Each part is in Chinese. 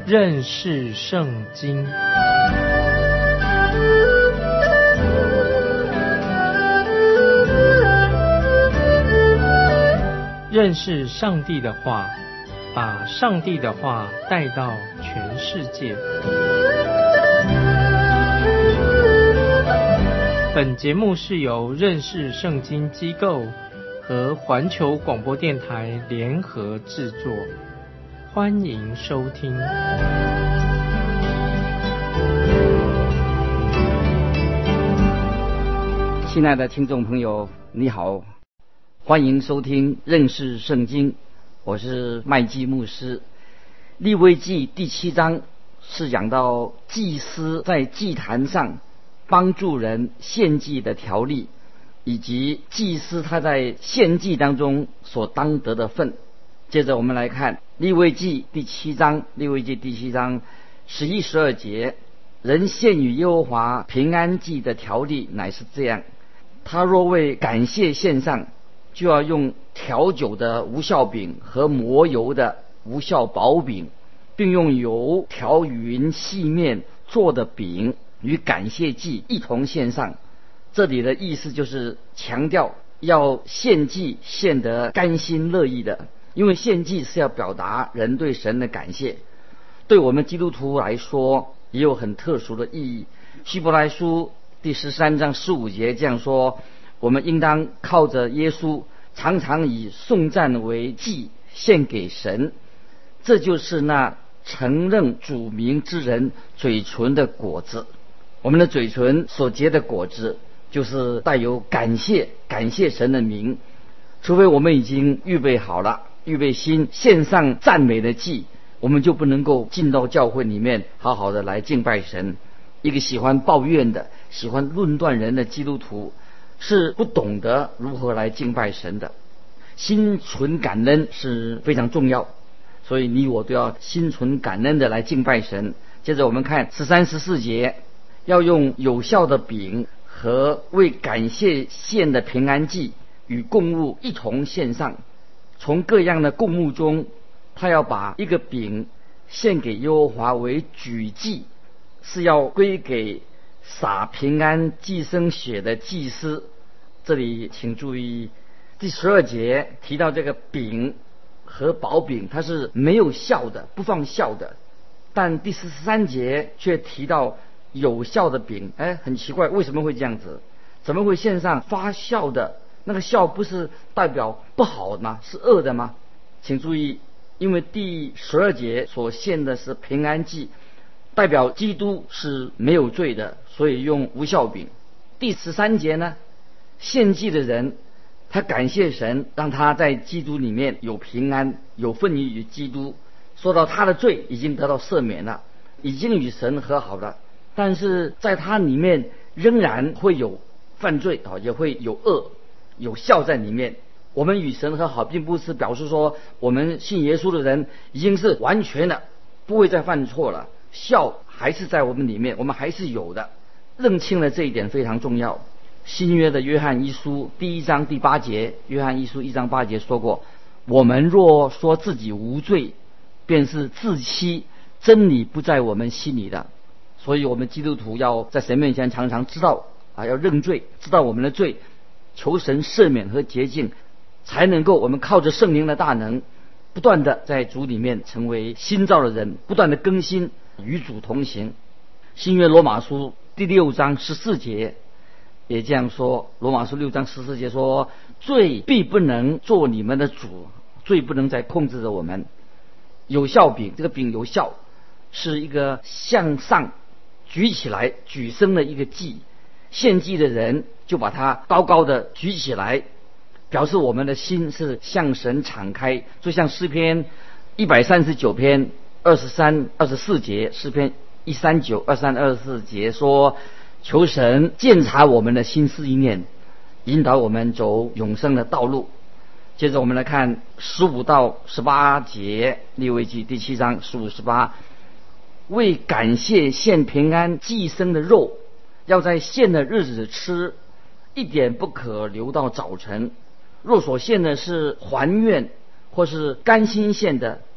认识圣经。认识上帝的话，把上帝的话带到全世界。本节目是由认识圣经机构和环球广播电台联合制作，欢迎收听。 亲爱的听众朋友，你好，欢迎收听认识圣经，我是麦基牧师。利未记第7章是讲到祭司在祭坛上帮助人献祭的条例，以及祭司他在献祭当中所当得的份。接着我们来看利未记第7章11、12节，人献与耶和华平安祭的条例乃是这样：他若为感谢献上，就要用调酒的无酵饼和磨油的无酵薄饼，并用油调匀细面做的饼与感谢祭一同献上。这里的意思就是强调要献祭献得甘心乐意的，因为献祭是要表达人对神的感谢。对我们基督徒来说也有很特殊的意义。希伯来书第13章15节这样说：我们应当靠着耶稣，常常以颂赞为祭献给神，这就是那承认主名之人嘴唇的果子。我们的嘴唇所结的果子就是带有感谢神的名。除非我们已经预备好了，预备心献上赞美的祭，我们就不能够进到教会里面好好的来敬拜神。一个喜欢抱怨的、喜欢论断人的基督徒是不懂得如何来敬拜神的。心存感恩是非常重要，所以你我都要心存感恩的来敬拜神。接着我们看13、14节，要用有效的饼和为感谢献的平安祭与供物一同献上。从各样的供物中，他要把一个饼献给耶和华为举祭，是要归给洒平安祭牲血的祭司。这里请注意第12节提到这个饼和薄饼，它是没有酵的，不放酵的。但第13节却提到有酵的饼，很奇怪，为什么会这样子？怎么会献上发酵的？那个酵不是代表不好吗？是恶的吗？请注意，因为第12节所献的是平安祭，代表基督是没有罪的，所以用无酵饼。第13节呢，献祭的人他感谢神，让他在基督里面有平安，有份于基督，说到他的罪已经得到赦免了，已经与神和好了，但是在他里面仍然会有犯罪，也会有恶，有酵在里面。我们与神和好并不是表示说我们信耶稣的人已经是完全的不会再犯错了，酵还是在我们里面，我们还是有的。认清了这一点非常重要。新约的约翰一书第1章第8节，约翰一书1章8节说过：我们若说自己无罪，便是自欺，真理不在我们心里的。所以我们基督徒要在神面前常常知道要认罪，知道我们的罪，求神赦免和洁净，才能够我们靠着圣灵的大能，不断的在主里面成为新造的人，不断的更新，与主同行。新约罗马书第6章14节也这样说，罗马书6章14节说：罪必不能做你们的主，罪不能再控制着我们。有酵饼，这个饼有酵，是一个向上举起来举升的一个祭，献祭的人就把它高高的举起来，表示我们的心是向神敞开。就像诗篇139篇23、24节，诗篇139、23、24节说：求神鉴察我们的心思意念，引导我们走永生的道路。接着我们来看15到18节，利未记第7章15、18，为感谢献平安祭牲的肉，要在献的日子吃，一点不可留到早晨。若所献的是还愿或是甘心献的，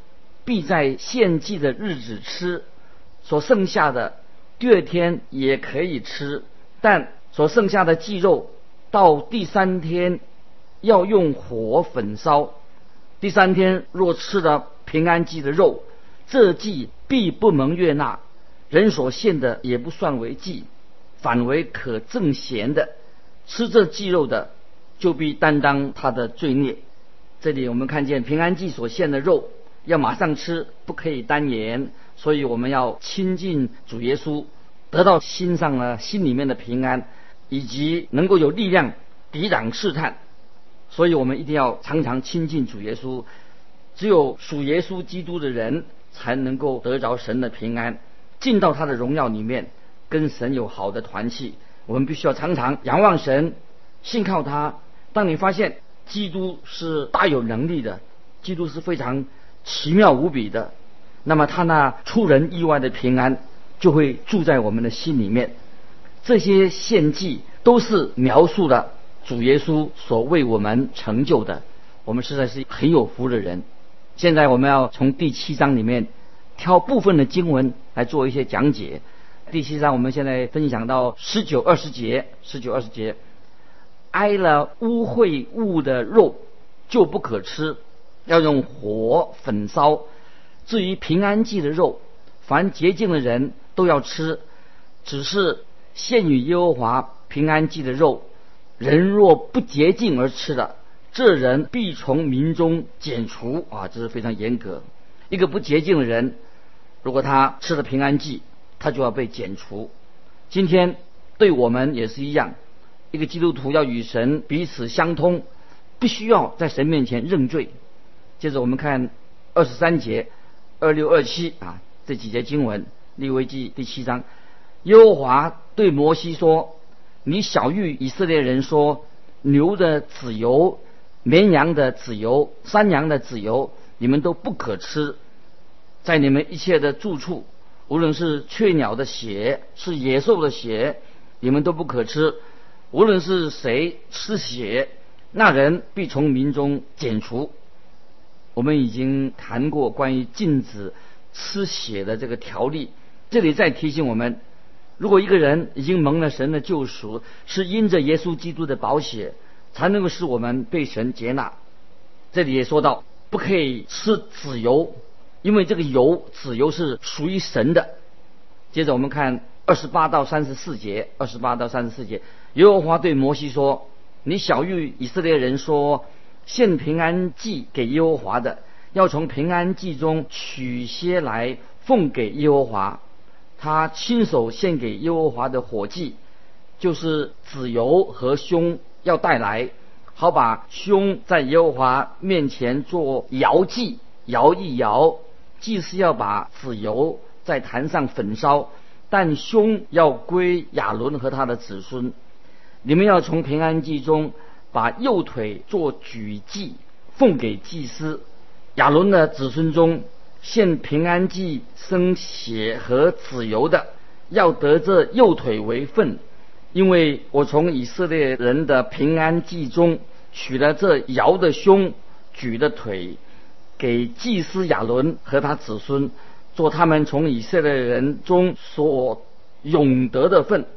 必在献祭的日子吃，所剩下的第二天也可以吃，但所剩下的祭肉到第三天要用火焚烧。第三天若吃了平安祭的肉，这祭必不蒙悦纳，人所献的也不算为祭，反为可憎咸的。吃这祭肉的，就必担当他的罪孽。这里我们看见平安祭所献的肉要马上吃，不可以单言，所以我们要亲近主耶稣，得到心里面的平安，以及能够有力量抵挡试探。所以我们一定要常常亲近主耶稣，只有属耶稣基督的人才能够得着神的平安，进到他的荣耀里面，跟神有好的团契。我们必须要常常仰望神，信靠他。当你发现基督是大有能力的，基督是非常奇妙无比的，那么他那出人意外的平安就会住在我们的心里面。这些献祭都是描述了主耶稣所为我们成就的，我们实在是很有福的人。现在我们要从第7章里面挑部分的经文来做一些讲解。第7章我们现在分享到19、20节，挨了污秽物的肉就不可吃，要用火焚烧。至于平安祭的肉，凡洁净的人都要吃，只是献与耶和华平安祭的肉，人若不洁净而吃的，这人必从民中剪除。这是非常严格。一个不洁净的人，如果他吃了平安祭，他就要被剪除。今天对我们也是一样，一个基督徒要与神彼此相通，必须要在神面前认罪。接着我们看23节、26、27这几节经文，利未记第7章。耶和华对摩西说：你晓谕以色列人说，牛的脂油、绵羊的脂油、山羊的脂油，你们都不可吃。在你们一切的住处，无论是雀鸟的血，是野兽的血，你们都不可吃。无论是谁吃血，那人必从民中剪除。我们已经谈过关于禁止吃血的这个条例，这里再提醒我们，如果一个人已经蒙了神的救赎，是因着耶稣基督的宝血才能够使我们被神接纳。这里也说到不可以吃脂油，因为这个脂油是属于神的。接着我们看28到34节，耶和华对摩西说：你晓谕以色列人说，献平安祭给耶和华的，要从平安祭中取些来奉给耶和华。他亲手献给耶和华的火祭，就是脂油和胸要带来，好把胸在耶和华面前做摇祭，摇一摇。祭司要把脂油在坛上焚烧，但胸要归亚伦和他的子孙。你们要从平安祭中把右腿做举祭，奉给祭司。亚伦的子孙中献平安祭生血和脂油的，要得这右腿为分，因为我从以色列人的平安祭中取了这摇的胸、举的腿，给祭司亚伦和他子孙，做他们从以色列人中所永得的份。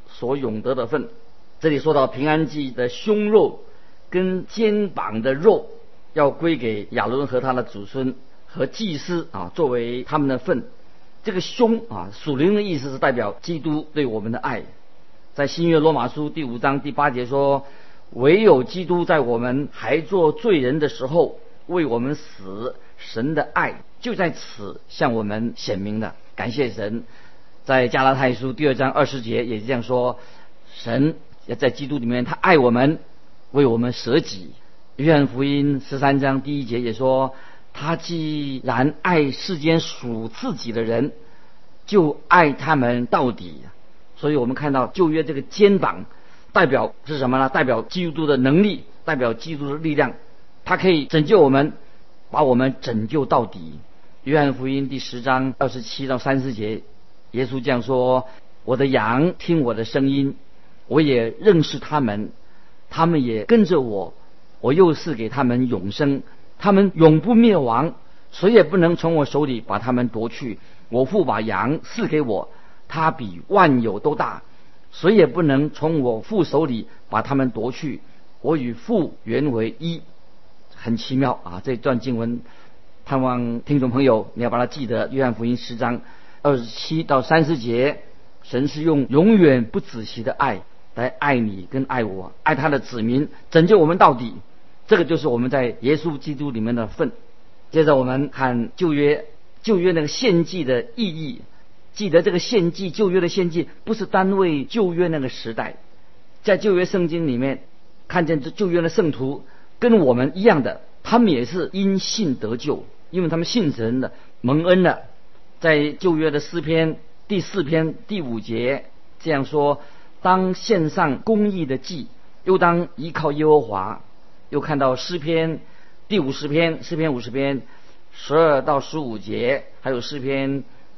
这里说到平安祭的胸肉跟肩膀的肉要归给亚伦和他的子孙和祭司作为他们的份。这个胸属灵的意思是代表基督对我们的爱。在新约罗马书第5章第8节说，唯有基督在我们还做罪人的时候为我们死，神的爱就在此向我们显明了。感谢神。在加拉太书第2章20节也是这样说，神也在基督里面他爱我们，为我们舍己。约翰福音13章第1节也说，他既然爱世间属自己的人，就爱他们到底。所以我们看到旧约这个肩膀代表是什么呢？代表基督的能力，代表基督的力量，他可以拯救我们，把我们拯救到底。约翰福音第10章27到30节，耶稣这样说：我的羊听我的声音，我也认识他们，他们也跟着我，我又赐给他们永生，他们永不灭亡， 谁也不能从我手里把他们夺去。我父把羊赐给我，他比万有都大，谁也不能从我父手里把他们夺去。我与父原为一。很奇妙啊！这段经文，盼望听众朋友你要把它记得。约翰福音10章27到30节，神是用永远不止息的爱来爱你跟爱我，爱他的子民，拯救我们到底。这个就是我们在耶稣基督里面的份。接着我们看旧约那个献祭的意义。记得这个献祭，旧约的献祭不是单为旧约那个时代，在旧约圣经里面看见旧约的圣徒跟我们一样的，他们也是因信得救，因为他们信神的蒙恩的。在旧约的诗篇第4篇第5节这样说：当献上公义的祭，又当依靠耶和华。又看到诗篇第50篇12到15节，还有诗篇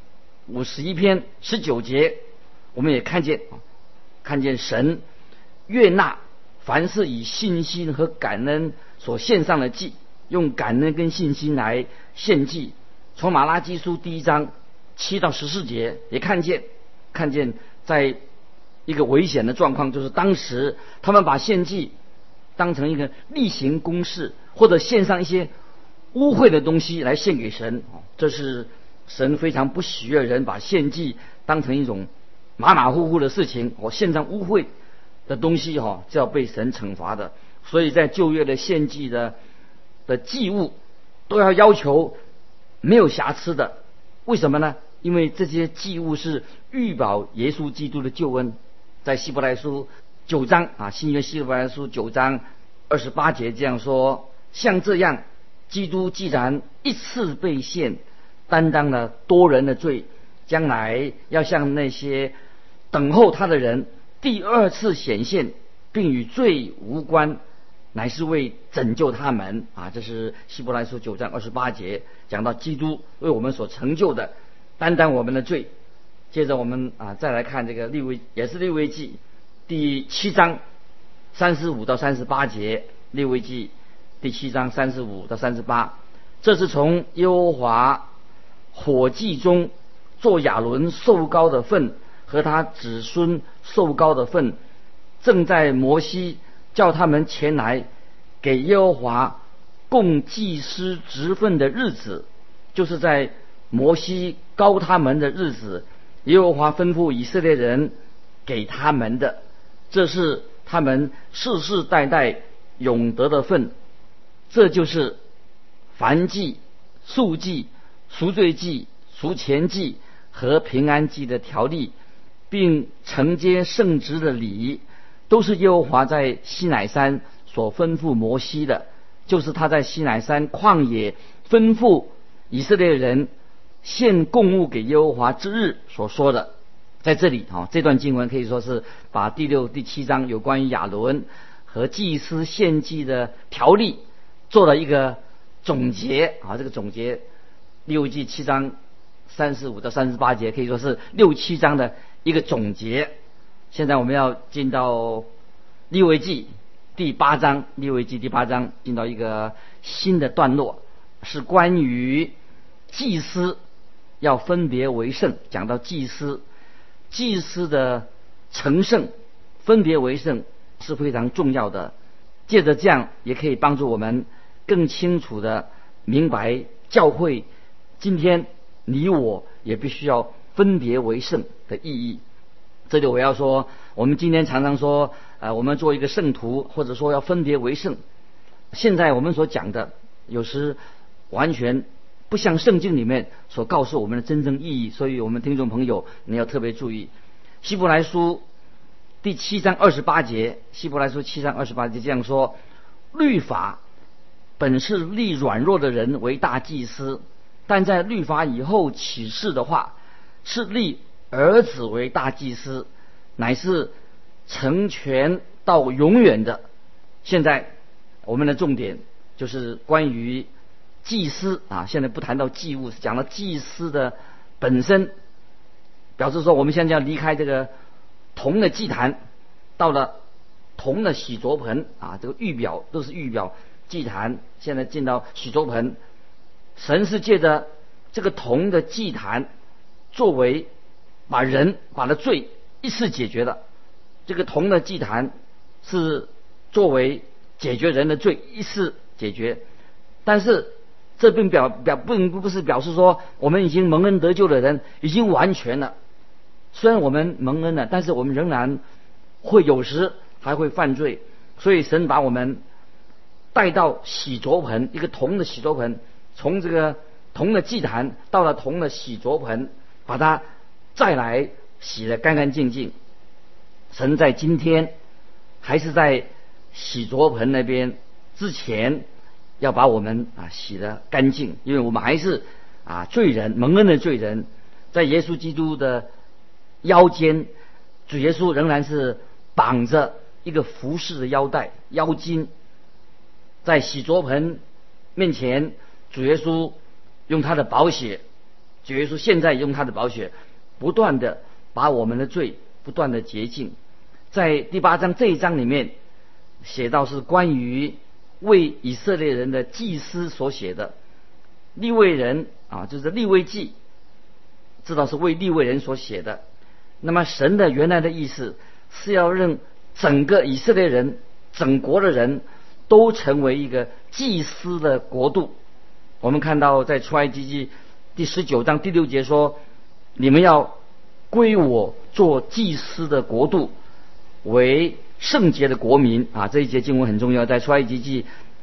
51篇19节，我们也看见神悦纳凡是以信心和感恩所献上的祭，用感恩跟信心来献祭。从马拉基书第1章7到14节也看见在一个危险的状况，就是当时他们把献祭当成一个例行公事，或者献上一些污秽的东西来献给神。这是神非常不喜悦人把献祭当成一种马虎虎的事情，献上污秽的东西就要被神惩罚的。所以在旧约的献祭的祭物都要求没有瑕疵的。为什么呢？因为这些祭物是预表耶稣基督的救恩。在希伯来书9章新约希伯来书9章28节这样说：像这样，基督既然一次被献，担当了多人的罪，将来要向那些等候他的人第二次显现，并与罪无关，乃是为拯救他们。这是希伯来书9章28节讲到基督为我们所成就的，担当我们的罪。接着我们再来看这个也是利未记第7章35到38节。利未记第7章35到38，这是从耶和华火祭中做亚伦受膏的份和他子孙受膏的份，正在摩西叫他们前来给耶和华供祭司职分的日子，就是在摩西膏他们的日子，耶和华吩咐以色列人给他们的，这是他们世世代代永得的份。这就是燔祭、素祭、赎罪祭、赎愆祭和平安祭的条例，并承接圣职的礼，都是耶和华在西乃山所吩咐摩西的，就是他在西乃山旷野吩咐以色列人献供物给耶和华之日所说的。在这里这段经文可以说是把第6、第7章有关于亚伦和祭司献祭的条例做了一个总结。这个总结利未记7章35到38节可以说是6、7章的一个总结。现在我们要进到利未记第8章，利未记第8章进到一个新的段落，是关于祭司要分别为圣。讲到祭司的成圣分别为圣是非常重要的。借着这样也可以帮助我们更清楚的明白教会今天你我也必须要分别为圣的意义。这里我要说，我们今天常常说我们做一个圣徒，或者说要分别为圣，现在我们所讲的有时完全不像圣经里面所告诉我们的真正意义。所以我们听众朋友你要特别注意。希伯来书第7章28节，希伯来书7章28节这样说：律法本是立软弱的人为大祭司，但在律法以后启示的话，是立儿子为大祭司，乃是成全到永远的。现在我们的重点就是关于祭司现在不谈到祭物，是讲到祭司的本身，表示说我们现在要离开这个铜的祭坛，到了铜的洗濯盆这个预表都是预表祭坛，现在进到洗濯盆。 神是借着这个铜的祭坛作为把他罪一次解决的。这个铜的祭坛是作为解决人的罪一次解决，但是这并不是表示说我们已经蒙恩得救的人已经完全了。虽然我们蒙恩了，但是我们仍然会有时还会犯罪，所以神把我们带到洗濯盆，一个铜的洗濯盆，从这个铜的祭坛到了铜的洗濯盆，把它再来洗得干干净净。神在今天还是在洗濯盆那边之前要把我们洗得干净，因为我们还是罪人，蒙恩的罪人。在耶稣基督的腰间，主耶稣仍然是绑着一个服饰的腰带腰巾。在洗濯盆面前，主耶稣用他的宝血，主耶稣现在用他的宝血不断的把我们的罪不断的洁净。在第8章这一章里面写到是关于为以色列人的祭司所写的。利未人就是利未记，知道是为利未人所写的。那么神的原来的意思是要让整个以色列人，整国的人都成为一个祭司的国度。我们看到在出埃及记第19章第6节说，你们要归我做祭司的国度，为圣洁的国民这一节经文很重要，在出埃及记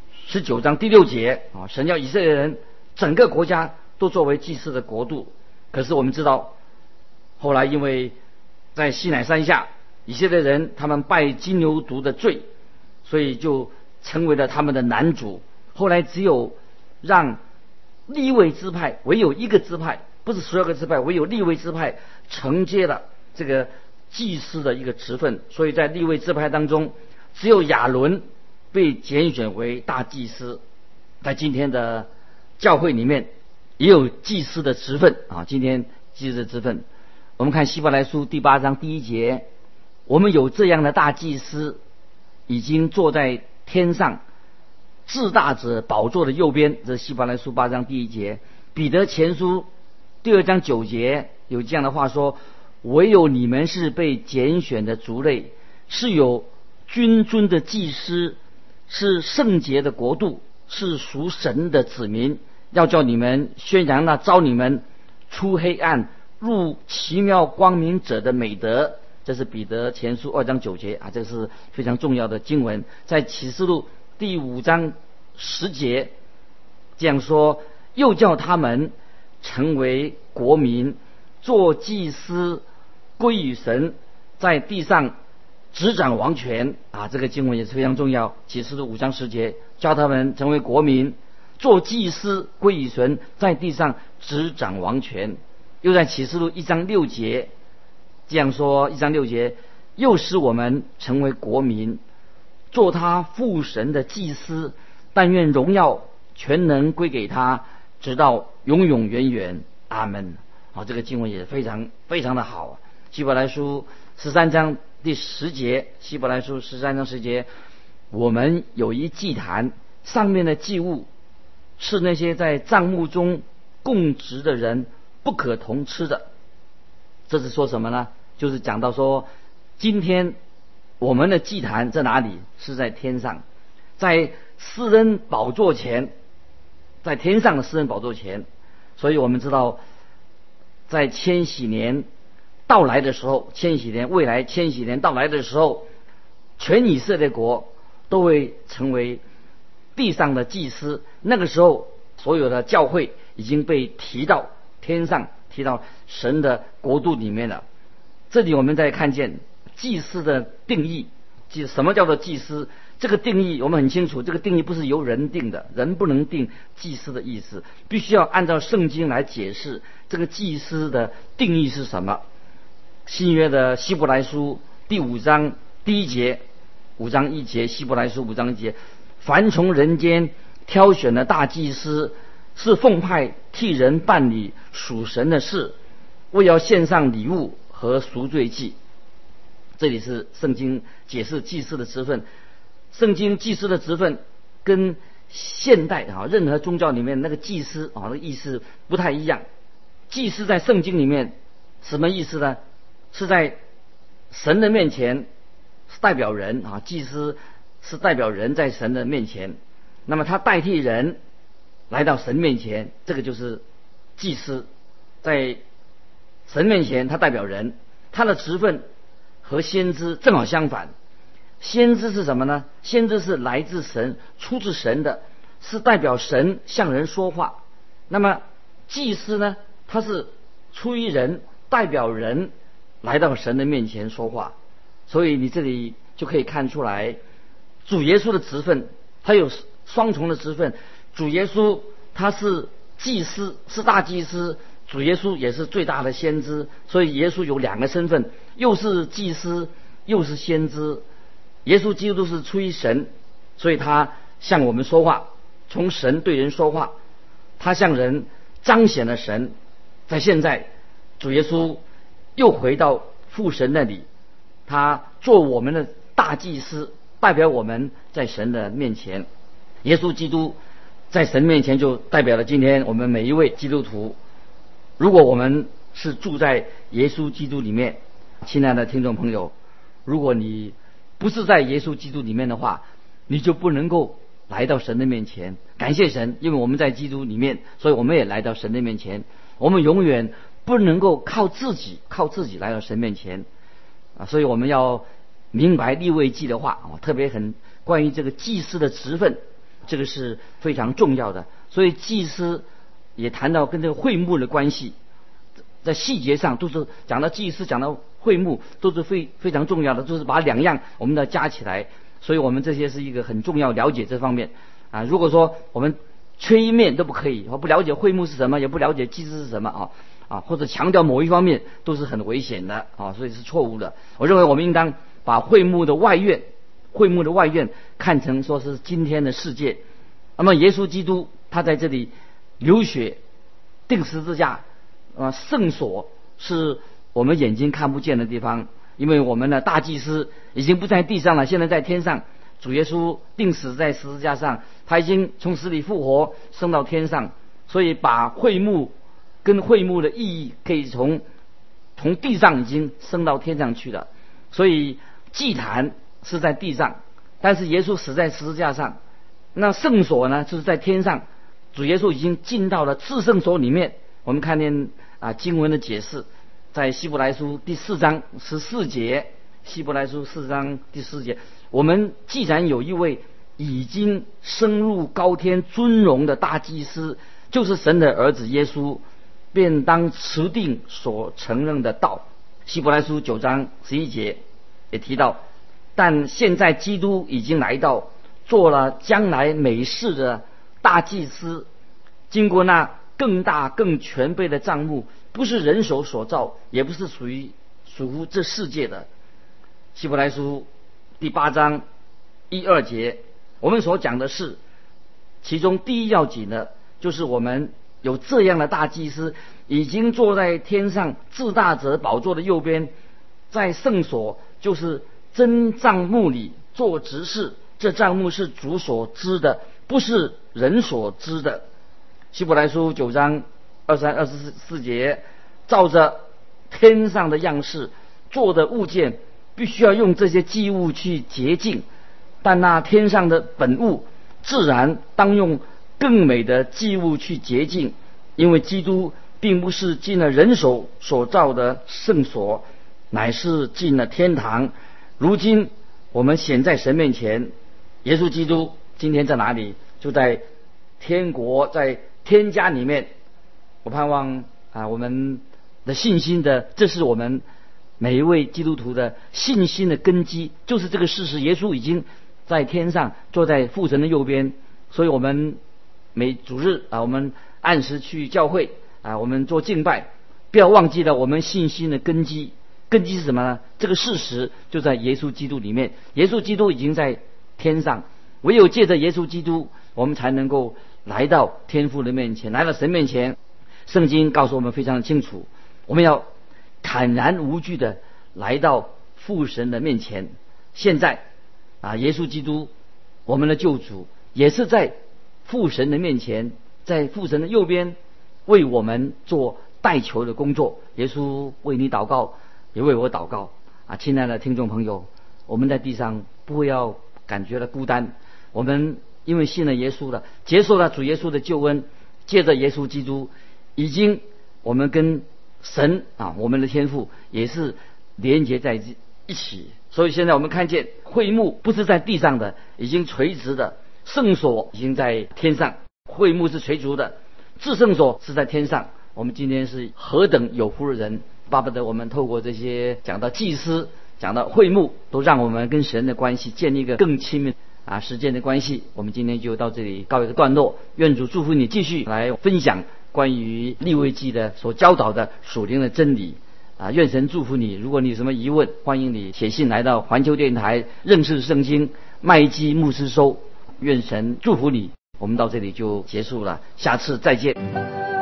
19章第6节神要以色列人整个国家都作为祭司的国度。可是我们知道，后来因为在西乃山下，以色列人他们拜金牛犊的罪，所以就成为了他们的男主。后来只有让利未支派，唯有一个支派，不是12个支派，唯有利未支派承接了这个祭司的一个职分。所以在利未支派当中，只有亚伦被拣选为大祭司。在今天的教会里面也有祭司的职分今天祭司的职分。我们看希伯来书第8章第1节，我们有这样的大祭司，已经坐在天上至大者宝座的右边。这是希伯来书8章第1节。彼得前书第2章9节有这样的话说，唯有你们是被拣选的族类，是有君尊的祭司，是圣洁的国度，是属神的子民，要叫你们宣扬那召你们出黑暗入奇妙光明者的美德。这是彼得前书2章9节这是非常重要的经文。在启示录第5章10节这样说，又叫他们成为国民，做祭司，归于神，在地上执掌王权这个经文也是非常重要。启示录5章10节叫他们成为国民，做祭司，归于神，在地上执掌王权。又在启示录1章6节这样说，1章6节又使我们成为国民，做他父神的祭司，但愿荣耀全能归给他，直到永永远远。阿门。这个经文也非常非常的好。希伯来书13章第10节，希伯来书13章10节，我们有一祭坛，上面的祭物是那些在帐幕中供职的人不可同吃的。这是说什么呢？就是讲到说，今天我们的祭坛在哪里？是在天上，在施恩宝座前，在天上的施恩宝座前。所以我们知道，在千禧年到来的时候，未来千禧年到来的时候，全以色列国都会成为地上的祭司。那个时候，所有的教会已经被提到天上，提到神的国度里面了。这里我们再看见祭司的定义，什么叫做祭司？这个定义我们很清楚，这个定义不是由人定的，人不能定祭司的意思，必须要按照圣经来解释这个祭司的定义是什么。新约的希伯来书第5章第1节，5章1节，希伯来书5章1节，凡从人间挑选的大祭司，是奉派替人办理属神的事，为要献上礼物和赎罪祭。这里是圣经解释祭司的职分。圣经祭司的职分跟现代任何宗教里面那个祭司那个意思不太一样。祭司在圣经里面什么意思呢？是在神的面前是代表人祭司是代表人在神的面前，那么他代替人来到神面前，这个就是祭司。在神面前他代表人，他的职分和先知正好相反。先知是什么呢？先知是来自神，出自神的，是代表神向人说话。那么祭司呢，他是出于人，代表人来到神的面前说话。所以你这里就可以看出来，主耶稣的职分他有双重的职分。主耶稣他是祭司，是大祭司，主耶稣也是最大的先知，所以耶稣有两个身份，又是祭司又是先知。耶稣基督是出于神，所以他向我们说话，从神对人说话，他向人彰显了神。在现在主耶稣又回到父神那里，他做我们的大祭司，代表我们在神的面前。耶稣基督在神面前就代表了今天我们每一位基督徒。如果我们是住在耶稣基督里面，亲爱的听众朋友，如果你不是在耶稣基督里面的话，你就不能够来到神的面前。感谢神，因为我们在基督里面，所以我们也来到神的面前。我们永远不能够靠自己来到神面前所以我们要明白利未记的话特别很关于这个祭司的职分，这个是非常重要的。所以祭司也谈到跟这个会幕的关系，在细节上都是讲到祭司，讲到会幕都是非常重要的，就是把两样我们要加起来。所以我们这些是一个很重要了解这方面如果说我们缺一面都不可以，不了解会幕是什么，也不了解祭司是什么或者强调某一方面，都是很危险的所以是错误的。我认为我们应当把会幕的外院看成说是今天的世界。那么耶稣基督他在这里流血钉十字架圣所是我们眼睛看不见的地方，因为我们的大祭司已经不在地上了，现在在天上。主耶稣钉死在十字架上，他已经从死里复活，升到天上。所以把会幕跟会幕的意义可以从地上已经升到天上去了。所以祭坛是在地上，但是耶稣死在十字架上。那圣所呢，就是在天上。主耶稣已经进到了至圣所里面。我们看见经文的解释，在希伯来书第4章14节，希伯来书4章第14节，我们既然有一位已经升入高天尊荣的大祭司，就是神的儿子耶稣，便当持定所承认的道。希伯来书9章11节也提到，但现在基督已经来到，做了将来美事的大祭司，经过那更大更全备的帐幕，不是人手所造，也不是属乎这世界的。希伯来书第8章1、2节，我们所讲的是其中第一要紧的，就是我们有这样的大祭司，已经坐在天上至大者宝座的右边，在圣所，就是真帐幕里做执事。这帐幕是主所知的，不是人所知的。希伯来书9章23、24节，照着天上的样式做的物件，必须要用这些祭物去洁净，但那天上的本物自然当用更美的祭物去洁净，因为基督并不是进了人手所造的圣所，乃是进了天堂。如今我们显在神面前，耶稣基督今天在哪里？就在天国，在天家里面。我盼望我们的信心的，这是我们每一位基督徒的信心的根基，就是这个事实。耶稣已经在天上坐在父神的右边，所以我们每主日我们按时去教会我们做敬拜，不要忘记了我们信心的根基。根基是什么呢？这个事实就在耶稣基督里面。耶稣基督已经在天上，唯有借着耶稣基督，我们才能够来到天父的面前，来到神面前。圣经告诉我们非常的清楚，我们要坦然无惧的来到父神的面前。现在耶稣基督我们的救主也是在父神的面前，在父神的右边为我们做代求的工作。耶稣为你祷告，也为我祷告啊！亲爱的听众朋友，我们在地上不要感觉到孤单，我们因为信了耶稣了，接受了主耶稣的救恩，借着耶稣基督，已经我们跟神啊，我们的天父也是连接在一起。所以现在我们看见会幕不是在地上的，已经垂直的；圣所已经在天上，会幕是垂直的，至圣所是在天上。我们今天是何等有福的人！巴不得我们透过这些讲到祭司、讲到会幕，都让我们跟神的关系建立一个更亲密时间的关系。我们今天就到这里告一个段落，愿主祝福你继续来分享关于利未记的所教导的属灵的真理愿神祝福你。如果你有什么疑问，欢迎你写信来到环球电台认识圣经麦基牧师收。愿神祝福你。我们到这里就结束了，下次再见。